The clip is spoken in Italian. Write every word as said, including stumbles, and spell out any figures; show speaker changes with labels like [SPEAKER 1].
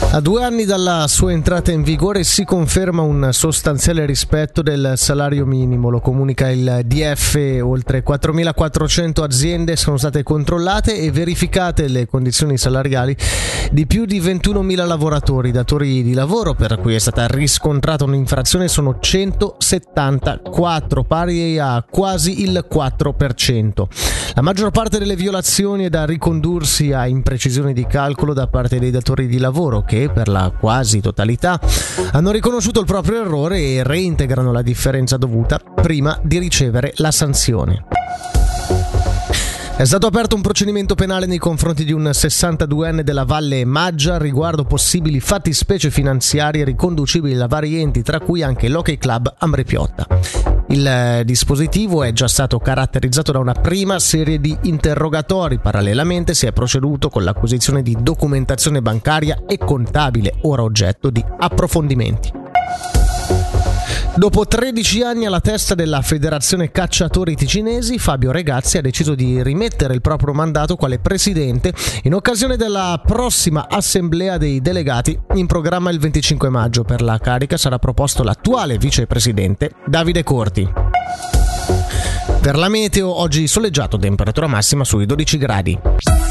[SPEAKER 1] A due anni dalla sua entrata in vigore si conferma un sostanziale rispetto del salario minimo, lo comunica il D F. Oltre quattromilaquattrocento aziende sono state controllate e verificate le condizioni salariali di più di ventunomila lavoratori. I datori di lavoro per cui è stata riscontrata un'infrazione sono centosettantaquattro, pari a quasi il quattro per cento. La maggior parte delle violazioni è da ricondursi a imprecisioni di calcolo da parte dei datori di lavoro che, per la quasi totalità, hanno riconosciuto il proprio errore e reintegrano la differenza dovuta prima di ricevere la sanzione. È stato aperto un procedimento penale nei confronti di un sessantaduenne della Valle Maggia riguardo possibili fattispecie finanziarie riconducibili a vari enti, tra cui anche l'Hockey Club Ambrepiotta. Il dispositivo è già stato caratterizzato da una prima serie di interrogatori. Parallelamente si è proceduto con l'acquisizione di documentazione bancaria e contabile, ora oggetto di approfondimenti. Dopo tredici anni alla testa della Federazione Cacciatori Ticinesi, Fabio Regazzi ha deciso di rimettere il proprio mandato quale presidente in occasione della prossima assemblea dei delegati in programma il venticinque maggio. Per la carica sarà proposto l'attuale vicepresidente Davide Corti. Per la meteo, oggi soleggiato, temperatura massima sui dodici gradi.